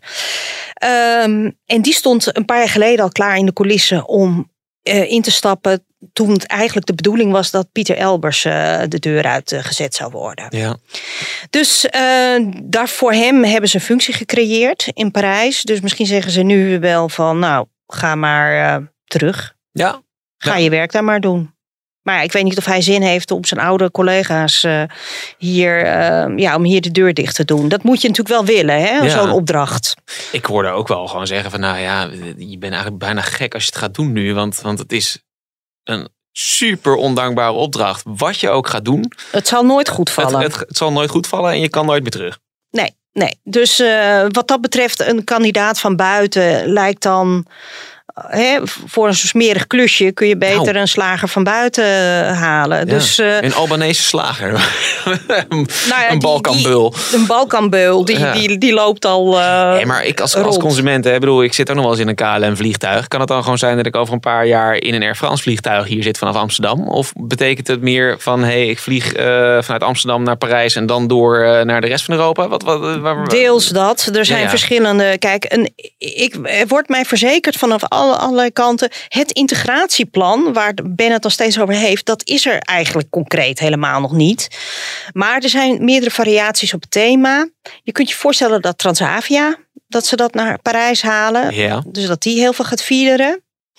Um, en die stond een paar jaar geleden al klaar in de coulissen om uh, in te stappen. Toen het eigenlijk de bedoeling was dat Pieter Elbers uh, de deur uit uh, gezet zou worden. Ja. Dus uh, daar voor hem hebben ze een functie gecreëerd in Parijs. Dus misschien zeggen ze nu wel van nou, ga maar uh, terug. Ja. Ga ja. je werk daar maar doen. Maar ja, ik weet niet of hij zin heeft om zijn oude collega's uh, hier, uh, ja, om hier de deur dicht te doen. Dat moet je natuurlijk wel willen, hè? Ja. Zo'n opdracht. Ik hoorde ook wel gewoon zeggen van nou ja, je bent eigenlijk bijna gek als je het gaat doen nu. Want, want het is een super ondankbare opdracht. Wat je ook gaat doen. Het zal nooit goed vallen. Het, het, het zal nooit goed vallen en je kan nooit meer terug. Nee, nee. Dus uh, wat dat betreft een kandidaat van buiten lijkt dan... He, voor een smerig klusje kun je beter nou. een slager van buiten halen. Ja, dus, uh, een Albanese slager. nou ja, een die, Balkanbeul. Die, een Balkanbeul, die, ja. die, die loopt al uh, nee, maar ik als, als consument, hè, bedoel, ik zit ook nog wel eens in een K L M vliegtuig. Kan het dan gewoon zijn dat ik over een paar jaar in een Air France vliegtuig hier zit vanaf Amsterdam? Of betekent het meer van, hé, hey, ik vlieg uh, vanuit Amsterdam naar Parijs en dan door uh, naar de rest van Europa? Wat, wat, waar, waar, Deels dat. Er zijn ja, ja. verschillende... Kijk, een, ik, er wordt mij verzekerd vanaf alle allerlei kanten. Het integratieplan, waar Ben het nog steeds over heeft, dat is er eigenlijk concreet helemaal nog niet. Maar er zijn meerdere variaties op het thema. Je kunt je voorstellen dat Transavia, dat ze dat naar Parijs halen. Ja. Dus dat die heel veel gaat vieren.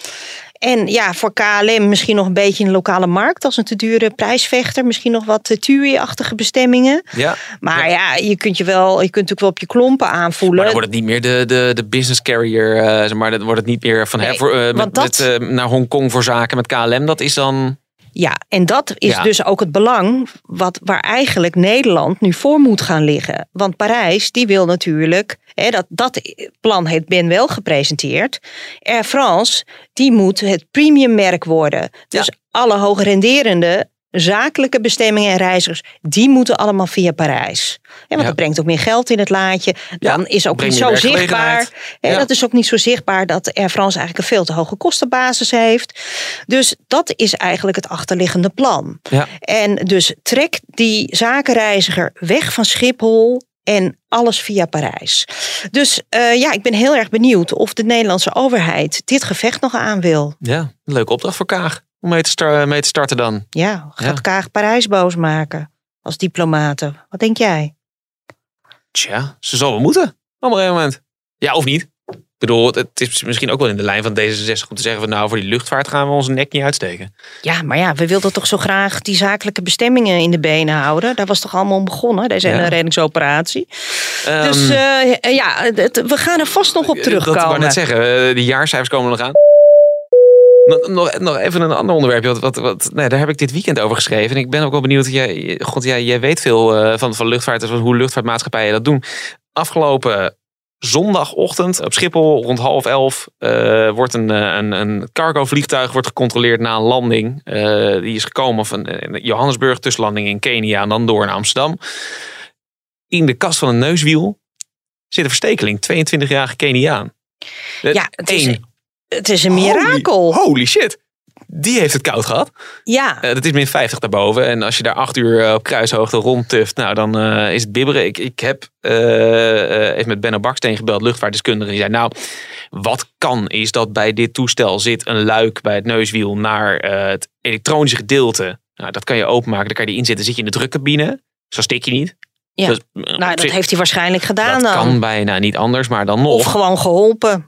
En ja, voor K L M misschien nog een beetje in de lokale markt als een te dure prijsvechter. Misschien nog wat T U I-achtige bestemmingen. Ja. Maar ja. ja, je kunt je wel, je kunt natuurlijk wel op je klompen aanvoelen. Maar dan wordt het niet meer de, de, de business carrier. Uh, zeg maar dan wordt het niet meer van nee, hè, voor, uh, met, dat, met, uh, naar Hongkong voor zaken met K L M. Dat is dan... Ja, en dat is ja. dus ook het belang wat, waar eigenlijk Nederland nu voor moet gaan liggen. Want Parijs, die wil natuurlijk, hè, dat, dat plan heeft Ben wel gepresenteerd. Air France, die moet het premiummerk worden. Dus ja. alle hoogrenderende zakelijke bestemmingen en reizigers, die moeten allemaal via Parijs. Ja, want ja. dat brengt ook meer geld in het laadje. Dan ja, is ook niet zo zichtbaar. Ja. Dat is ook niet zo zichtbaar dat Air France eigenlijk een veel te hoge kostenbasis heeft. Dus dat is eigenlijk het achterliggende plan. Ja. En dus trek die zakenreiziger weg van Schiphol en alles via Parijs. Dus uh, ja, ik ben heel erg benieuwd of de Nederlandse overheid dit gevecht nog aan wil. Ja, een leuke opdracht voor Kaag. Om mee te, star- mee te starten dan. Ja, gaat ja. Kaag Parijs boos maken als diplomaten. Wat denk jij? Tja, ze zal wel moeten. Op een gegeven moment. Ja, of niet. Ik bedoel, het is misschien ook wel in de lijn van D zesenzestig om te zeggen van nou, voor die luchtvaart gaan we onze nek niet uitsteken. Ja, maar ja, we wilden toch zo graag die zakelijke bestemmingen in de benen houden. Daar was toch allemaal om begonnen, deze ja. reddingsoperatie. Um, dus uh, ja, het, we gaan er vast nog op terugkomen. Dat wou ik net zeggen, de jaarcijfers komen nog aan. Nog, nog, nog even een ander onderwerpje. Wat, wat, wat, nee, daar heb ik dit weekend over geschreven. En ik ben ook wel benieuwd. Jij, God, jij, jij weet veel uh, van, van luchtvaart. Dus hoe luchtvaartmaatschappijen dat doen. Afgelopen zondagochtend op Schiphol rond half elf uh, wordt een, een, een cargo vliegtuig wordt gecontroleerd na een landing. Uh, die is gekomen van uh, Johannesburg, tussenlanding in Kenia en dan door naar Amsterdam. In de kast van een neuswiel zit een verstekeling, tweeëntwintigjarige Keniaan. Ja, het is, het is een mirakel. Holy, holy shit. Die heeft het koud gehad. Ja. Uh, dat is min vijftig daarboven. En als je daar acht uur uh, op kruishoogte rondtuft, nou dan uh, is het bibberen. Ik, ik heb uh, uh, even met Benno Baksteen gebeld, luchtvaartdeskundige. Die zei, nou, wat kan is dat bij dit toestel zit een luik bij het neuswiel naar uh, het elektronische gedeelte. Nou, dat kan je openmaken, dan kan je erin zitten. Dan zit je in de drukcabine. Zo stik je niet. Ja. Dus, nou, dat heeft hij waarschijnlijk gedaan dat dan. kan bijna niet anders, maar dan nog. Of gewoon geholpen.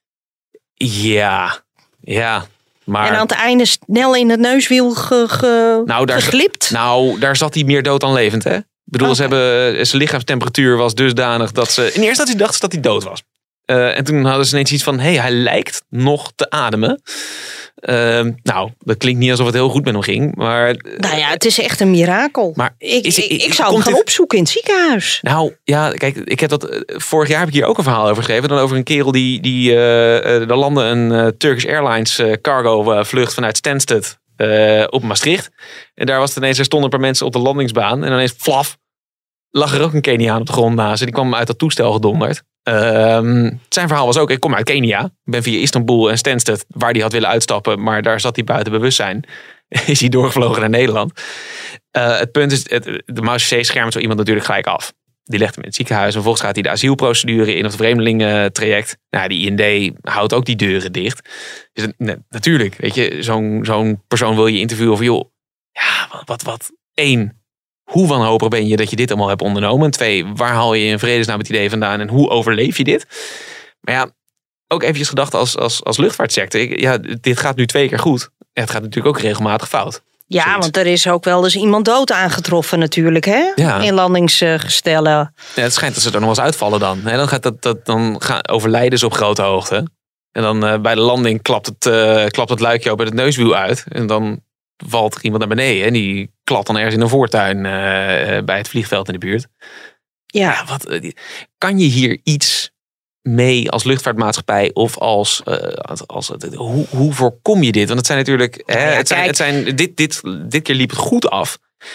Ja, ja. Maar, en aan het einde snel in het neuswiel ge, ge, nou, daar, geglipt? Nou, daar zat hij meer dood dan levend, hè? Ik bedoel, okay. ze hebben, zijn lichaamstemperatuur was dusdanig dat ze... In eerste instantie dachten ze dat hij dood was. Uh, en toen hadden ze ineens iets van, hé, hey, hij lijkt nog te ademen. Uh, nou, dat klinkt niet alsof het heel goed met hem ging, maar... Nou ja, het is echt een mirakel. Maar ik, is, ik, ik zou hem gaan dit... opzoeken in het ziekenhuis. Nou, ja, kijk, ik heb dat... Vorig jaar heb ik hier ook een verhaal over geschreven. Dan over een kerel die... die uh, uh, daar landde een uh, Turkish Airlines uh, cargo uh, vlucht vanuit Stansted uh, op Maastricht. En daar was het ineens, er stonden een paar mensen op de landingsbaan. En ineens, flaf, lag er ook een Keniaan op de grond naast. En die kwam uit dat toestel gedonderd. Um, zijn verhaal was ook, ik kom uit Kenia. Ik ben via Istanbul en Stansted, waar hij had willen uitstappen. Maar daar zat hij buiten bewustzijn. Is hij doorgevlogen naar Nederland. Uh, het punt is, het, de Marseillais schermt zo iemand natuurlijk gelijk af. Die legt hem in het ziekenhuis. En vervolgens gaat hij de asielprocedure in of het vreemdelingentraject. Nou, die I N D houdt ook die deuren dicht. Dus nee, natuurlijk, weet je, zo'n, zo'n persoon wil je interviewen over, joh, ja, wat, wat, wat. Eén, hoe wanhopig ben je dat je dit allemaal hebt ondernomen? Twee, waar haal je in vredesnaam het idee vandaan en hoe overleef je dit? Maar ja, ook eventjes gedacht als, als, als luchtvaartsector. Ja, dit gaat nu twee keer goed. En het gaat natuurlijk ook regelmatig fout. Ja, zoiets. Want er is ook wel eens iemand dood aangetroffen natuurlijk, hè? Ja. In landingsgestellen. Ja, het schijnt dat ze er nog eens uitvallen dan. Dan, gaat dat, dat, dan gaan overlijden ze op grote hoogte. En dan uh, bij de landing klapt het, uh, klapt het luikje open het neuswiel uit. En dan valt er iemand naar beneden. En die klapt dan ergens in een voortuin uh, bij het vliegveld in de buurt. Ja. Ja, wat, uh, kan je hier iets mee als luchtvaartmaatschappij of als, uh, als, als hoe, hoe voorkom je dit? Want het zijn natuurlijk, hè, ja, het zijn, het zijn, dit, dit, dit keer liep het goed af.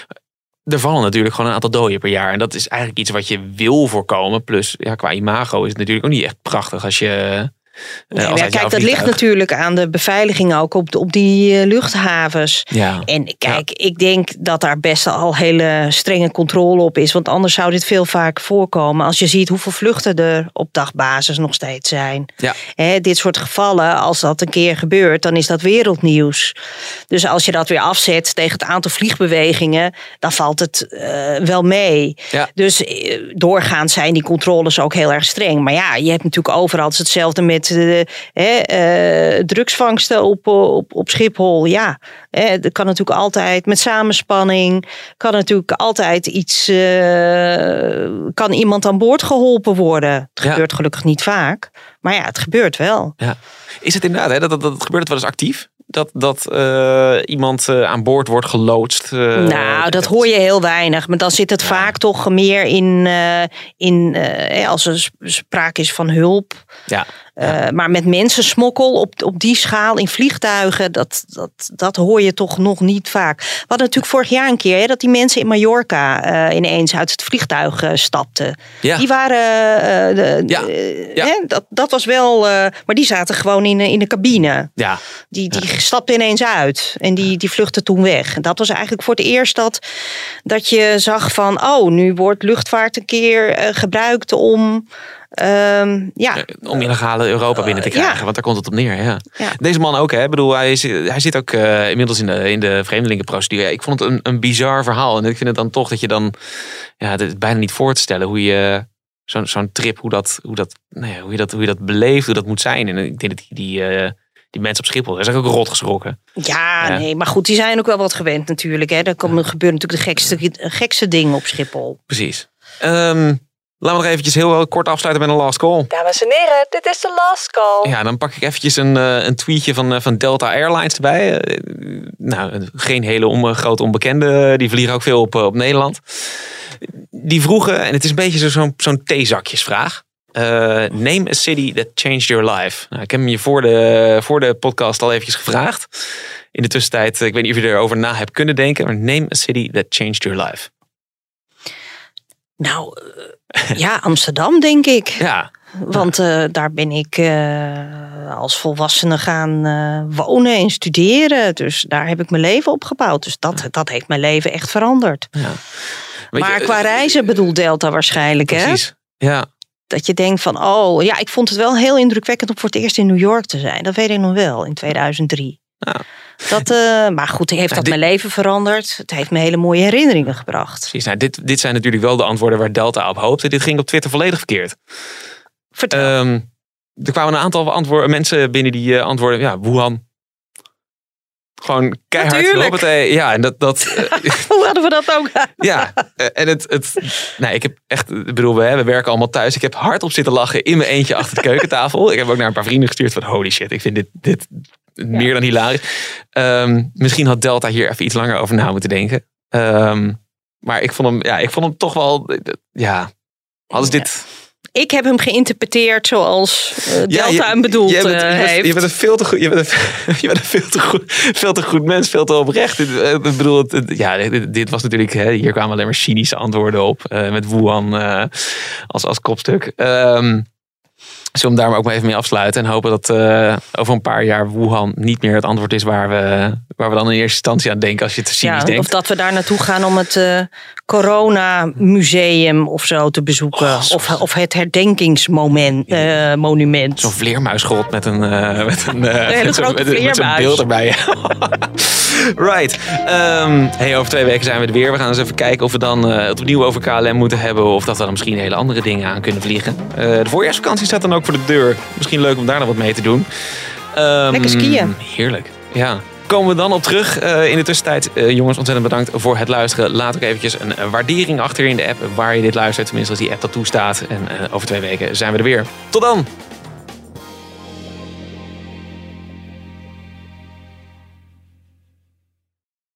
Er vallen natuurlijk gewoon een aantal doden per jaar. En dat is eigenlijk iets wat je wil voorkomen. Plus, ja, qua imago is het natuurlijk ook niet echt prachtig als je... Nee, ja, kijk, dat ligt natuurlijk aan de beveiliging ook op, de, op die uh, luchthavens. Ja. En kijk, ja. ik denk dat daar best al hele strenge controle op is. Want anders zou dit veel vaker voorkomen. Als je ziet hoeveel vluchten er op dagbasis nog steeds zijn. Ja. He, dit soort gevallen, als dat een keer gebeurt, dan is dat wereldnieuws. Dus als je dat weer afzet tegen het aantal vliegbewegingen, dan valt het uh, wel mee. Ja. Dus uh, doorgaans zijn die controles ook heel erg streng. Maar ja, je hebt natuurlijk overal, het is hetzelfde met De, eh, uh, drugsvangsten op, op, op Schiphol. Ja, eh, dat kan natuurlijk altijd met samenspanning. Kan natuurlijk altijd iets. Uh, kan iemand aan boord geholpen worden? Het gebeurt ja. gelukkig niet vaak, maar ja, het gebeurt wel. Ja. Is het inderdaad, hè, dat, dat, dat gebeurt het wel eens actief? Dat, dat uh, iemand uh, aan boord wordt geloodst? Uh, nou, dat hoor je heel weinig. Maar dan zit het ja. vaak toch meer in, uh, in uh, als er sprake is van hulp. Ja. Ja. Uh, maar met mensensmokkel op, op die schaal in vliegtuigen, dat, dat, dat hoor je toch nog niet vaak. We hadden natuurlijk vorig jaar een keer hè, dat die mensen in Mallorca uh, ineens uit het vliegtuig uh, stapten. Ja. Die waren, uh, de, ja. Uh, ja. Hè, dat, dat was wel, uh, maar die zaten gewoon in, in de cabine. Ja. Die, die ja. stapten ineens uit en die, die vluchtten toen weg. En dat was eigenlijk voor het eerst dat, dat je zag van, oh, nu wordt luchtvaart een keer uh, gebruikt om... Um, ja. Om illegale Europa binnen te krijgen, uh, ja. want daar komt het op neer. Ja. Ja. Deze man ook, hè? Ik bedoel, hij, zit, hij zit ook uh, inmiddels in de, in de vreemdelingenprocedure. Ik vond het een, een bizar verhaal. En ik vind het dan toch dat je dan... Ja, het is bijna niet voor te stellen hoe je... Zo'n, zo'n trip, hoe, dat, hoe, dat, nou ja, hoe, je dat, hoe je dat beleeft, hoe dat moet zijn. En ik denk dat die... die uh, Die mensen op Schiphol, daar zijn ook rot geschrokken. Ja, ja, nee, maar goed, die zijn ook wel wat gewend natuurlijk. Hè. Er komen, gebeuren natuurlijk de gekste, gekste dingen op Schiphol. Precies. Um, Laten we nog eventjes heel kort afsluiten met een last call. Dames en heren, dit is de last call. Ja, dan pak ik eventjes een, uh, een tweetje van, uh, van Delta Airlines erbij. Uh, nou, geen hele on, grote onbekende. Die vliegen ook veel op, uh, op Nederland. Die vroegen, en het is een beetje zo, zo'n, zo'n theezakjesvraag. Uh, name a city that changed your life. Nou, ik heb hem je voor de, voor de podcast al eventjes gevraagd. In de tussentijd, ik weet niet of je erover na hebt kunnen denken. Maar name a city that changed your life. Nou, uh, ja, Amsterdam denk ik. Ja. Want uh, daar ben ik uh, als volwassene gaan uh, wonen en studeren. Dus daar heb ik mijn leven op gebouwd. Dus dat, dat heeft mijn leven echt veranderd. Ja. Maar je, qua reizen bedoelt Delta waarschijnlijk, precies. hè? Precies, ja. Dat je denkt van, oh, ja, ik vond het wel heel indrukwekkend om voor het eerst in New York te zijn. Dat weet ik nog wel, in tweeduizend drie. Ja. Dat, uh, maar goed, heeft nou, dat dit... mijn leven veranderd. Het heeft me hele mooie herinneringen gebracht. Precies, nou, dit, dit zijn natuurlijk wel de antwoorden waar Delta op hoopte. Dit ging op Twitter volledig verkeerd. Vertel. Um, er kwamen een aantal antwoorden, mensen binnen die uh, antwoorden, ja, Wuhan. Gewoon keihard. Hoppatee. Ja, en dat... dat uh, Hoe hadden we dat ook? Ja, uh, en het... het nou, ik heb echt... Ik bedoel, we, we werken allemaal thuis. Ik heb hardop zitten lachen in mijn eentje achter de keukentafel. Ik heb ook naar een paar vrienden gestuurd van holy shit, ik vind dit, dit meer ja. dan hilarisch. Um, misschien had Delta hier even iets langer over na moeten denken. Um, maar ik vond hem, ja, ik vond hem toch wel... Ja, hadden ze dit... Ik heb hem geïnterpreteerd zoals uh, Delta ja, je, hem bedoeld je bent, uh, heeft. Je bent een veel te goed, je bent een, je bent een veel te goed, veel te goed mens, veel te oprecht. Ik bedoel, het, het, ja, dit, dit was natuurlijk, hè, hier kwamen alleen maar cynische antwoorden op uh, met Wuhan uh, als, als kopstuk. Um, Zullen we daar maar ook maar even mee afsluiten en hopen dat uh, over een paar jaar Wuhan niet meer het antwoord is waar we, waar we dan in eerste instantie aan denken als je te cynisch ja, denkt. Of dat we daar naartoe gaan om het uh, Corona Museum of zo te bezoeken. Oh, of, of het herdenkingsmonument. Uh, monument. Zo'n vleermuisgrot met een, uh, met een, uh, een hele met grote zo, met, met zo'n beeld erbij. Right. Um, hey, over twee weken zijn we er weer. We gaan eens even kijken of we dan uh, het opnieuw over K L M moeten hebben. Of dat we dan misschien hele andere dingen aan kunnen vliegen. Uh, de voorjaarsvakantie staat dan ook voor de deur. Misschien leuk om daar nog wat mee te doen. Um, Lekker skiën. Heerlijk. Ja. Komen we dan op terug. Uh, in de tussentijd, uh, jongens, ontzettend bedankt voor het luisteren. Laat ook eventjes een uh, waardering achter in de app waar je dit luistert. Tenminste als die app dat toestaat. En uh, over twee weken zijn we er weer. Tot dan!